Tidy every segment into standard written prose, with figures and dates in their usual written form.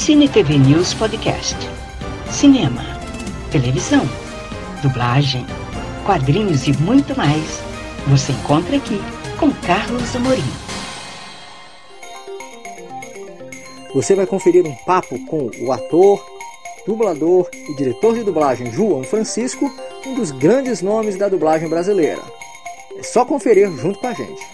Cine TV News Podcast. Cinema, televisão, dublagem, quadrinhos e muito mais. Você encontra aqui com Carlos Amorim. Você vai conferir um papo com o ator, dublador e diretor de dublagem João Francisco, um dos grandes nomes da dublagem brasileira. É só conferir junto com a gente.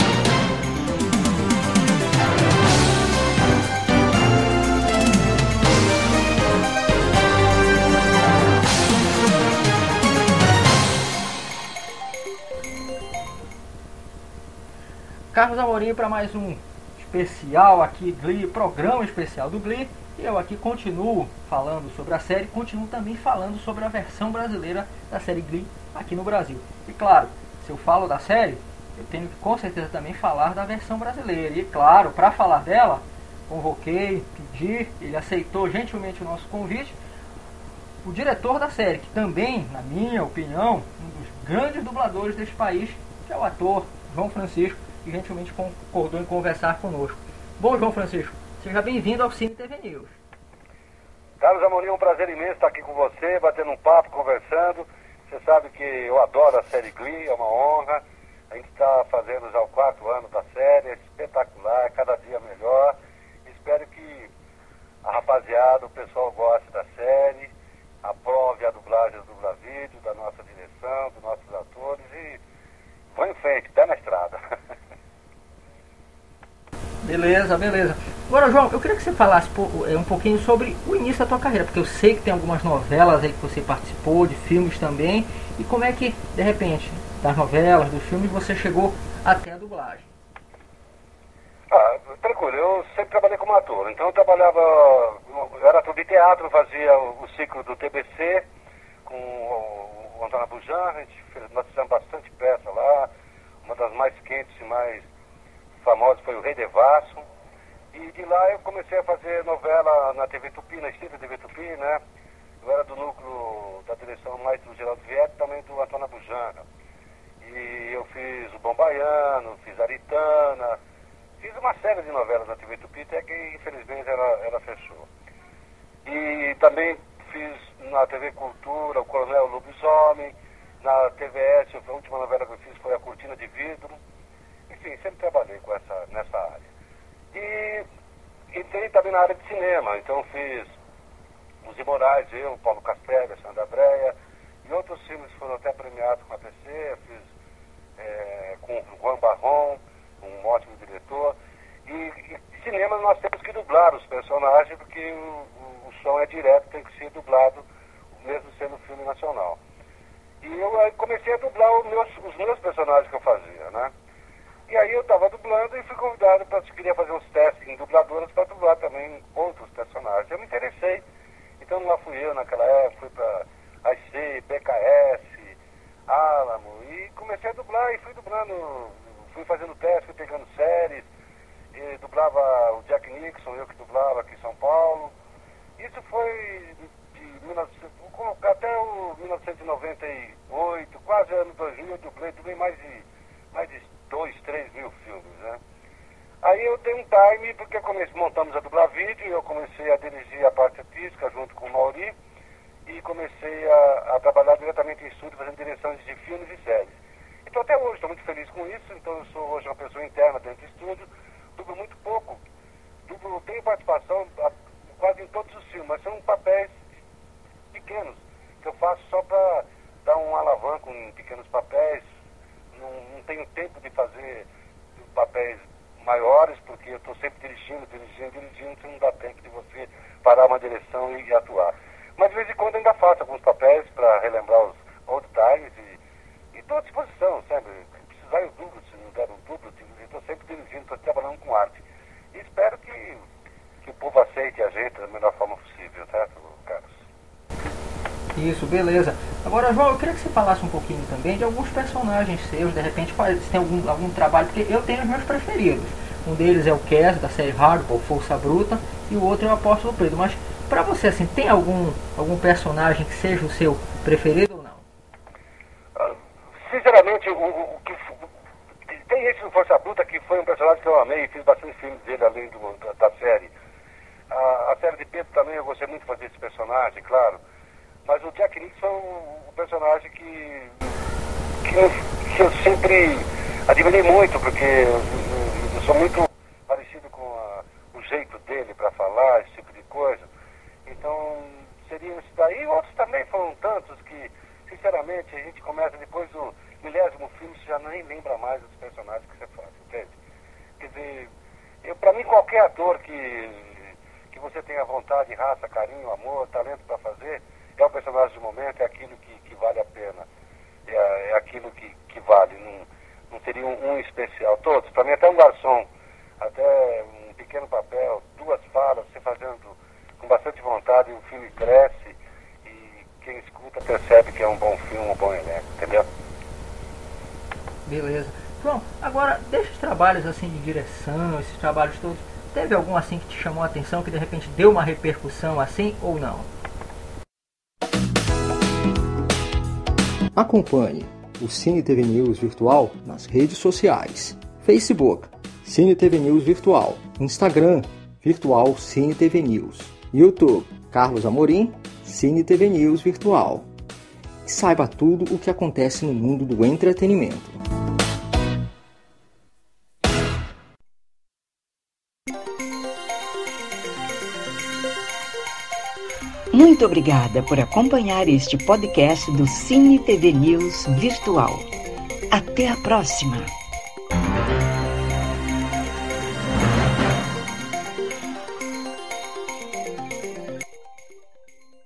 Carlos Amorim para mais um especial aqui, Glee, programa especial do Glee. E eu aqui continuo falando sobre a série, continuo também falando sobre a versão brasileira da série Glee aqui no Brasil. E claro, se eu falo da série, eu tenho que com certeza também falar da versão brasileira. E claro, para falar dela, convoquei, pedi, ele aceitou gentilmente o nosso convite, o diretor da série, que também, na minha opinião, um dos grandes dubladores deste país, que é o ator João Francisco, que gentilmente concordou em conversar conosco. Bom, João Francisco, seja bem-vindo ao Cine TV News. Carlos Amorim, é um prazer imenso estar aqui com você, batendo um papo, conversando. Você sabe que eu adoro a série Glee, é uma honra. A gente está fazendo já o 4º ano da série, é espetacular, cada dia melhor. Espero que a rapaziada, o pessoal goste da série, aprove a dublagem do Dublavídeo, da nossa direção, dos nossos atores e vão em frente, pé na estrada. Beleza, beleza. Agora, João, eu queria que você falasse um pouquinho sobre o início da tua carreira, porque eu sei que tem algumas novelas aí que você participou, de filmes também, e como é que, de repente, das novelas, dos filmes, você chegou até a dublagem? Tranquilo, eu sempre trabalhei como ator, então eu era ator de teatro, fazia o ciclo do TBC com o Antônio Bujan, nós fizemos bastante peça lá, uma das mais quentes e mais famosas foi o Rei Devasso, e de lá eu comecei a fazer novela na TV Tupi, na extinta TV Tupi, né? Eu era do núcleo da direção mais do Geraldo Vietti, também do Antônio Bujana. E eu fiz o Bom Baiano, fiz Aritana, fiz uma série de novelas na TV Tupi, até que infelizmente ela fechou. E também fiz na TV Cultura o Coronel Lobisomem, na TVS, a última novela que eu fiz foi A Cortina de Vidro. Enfim, sempre trabalhei nessa área. E entrei também na área de cinema, então fiz Os Imorais, eu, Paulo Castelli, Sandra Breia, e outros filmes foram até premiados com a PC, fiz com o Juan Barron, um ótimo diretor. E cinema nós temos que dublar os personagens, porque o som é direto, tem que ser dublado, mesmo sendo filme nacional. E eu aí comecei a dublar os meus personagens que eu fazia, né? E aí eu estava dublando e fui convidado para, se queria fazer uns testes em dubladoras para dublar também outros personagens. Eu me interessei, então lá fui eu naquela época, fui para AIC, BKS, Alamo, e comecei a dublar e fui dublando, fui fazendo testes, fui pegando séries, e dublava o Jack Nixon, eu que dublava aqui em São Paulo. Isso foi vou colocar até o 1998, quase ano 2000, eu dublei mais de 2, 3 mil filmes, né? Aí eu dei um time, porque montamos a Dublavídeo, eu comecei a dirigir a parte artística junto com o Mauri, e comecei a trabalhar diretamente em estúdio, fazendo direções de filmes e séries. Então até hoje estou muito feliz com isso, então eu sou hoje uma pessoa interna dentro do estúdio, dublo muito pouco, tenho participação quase em todos os filmes, mas são papéis pequenos, que eu faço só para dar um alavanco em pequenos papéis. Não tenho tempo de fazer papéis maiores, porque eu estou sempre dirigindo, então não dá tempo de você parar uma direção e atuar. Mas de vez em quando ainda faço alguns papéis para relembrar os old times e estou à disposição, sempre. Se precisar eu dublo, se não der um dublo, estou sempre dirigindo, estou trabalhando com arte. E espero que o povo aceite a gente da melhor forma possível, certo, Carlos? Isso, beleza. Agora, João, eu queria que você falasse um pouquinho também de alguns personagens seus, de repente, se tem algum trabalho, porque eu tenho os meus preferidos. Um deles é o Cass, da série Hardball, Força Bruta, e o outro é o Apóstolo Pedro. Mas, pra você, assim, tem algum personagem que seja o seu preferido ou não? Sinceramente, tem esse do Força Bruta, que foi um personagem que eu amei e fiz bastante filmes dele, além da série. A série de Pedro também eu gostei muito de fazer esse personagem, claro. Mas o Jack Nixon é um personagem que eu sempre admirei muito, porque eu sou muito parecido com o jeito dele para falar, esse tipo de coisa. Então, seria isso daí. E outros também foram tantos que, sinceramente, a gente começa depois do 10º filme, você já nem lembra mais dos personagens que você faz, entende? Quer dizer, para mim, qualquer ator que você tenha vontade, raça, carinho, amor, talento para fazer, é o personagem do momento, é aquilo que vale a pena. É aquilo que vale. Não seria um especial. Todos, para mim, até um garçom, até um pequeno papel, 2 falas, você fazendo com bastante vontade, o filme cresce e quem escuta percebe que é um bom filme, um bom elenco, entendeu? Beleza. João, agora, desses trabalhos assim de direção, esses trabalhos todos, teve algum assim que te chamou a atenção, que de repente deu uma repercussão assim ou não? Acompanhe o Cine TV News Virtual nas redes sociais: Facebook, Cine TV News Virtual, Instagram, Virtual Cine TV News, YouTube, Carlos Amorim, Cine TV News Virtual. E saiba tudo o que acontece no mundo do entretenimento. Muito obrigada por acompanhar este podcast do Cine TV News Virtual. Até a próxima!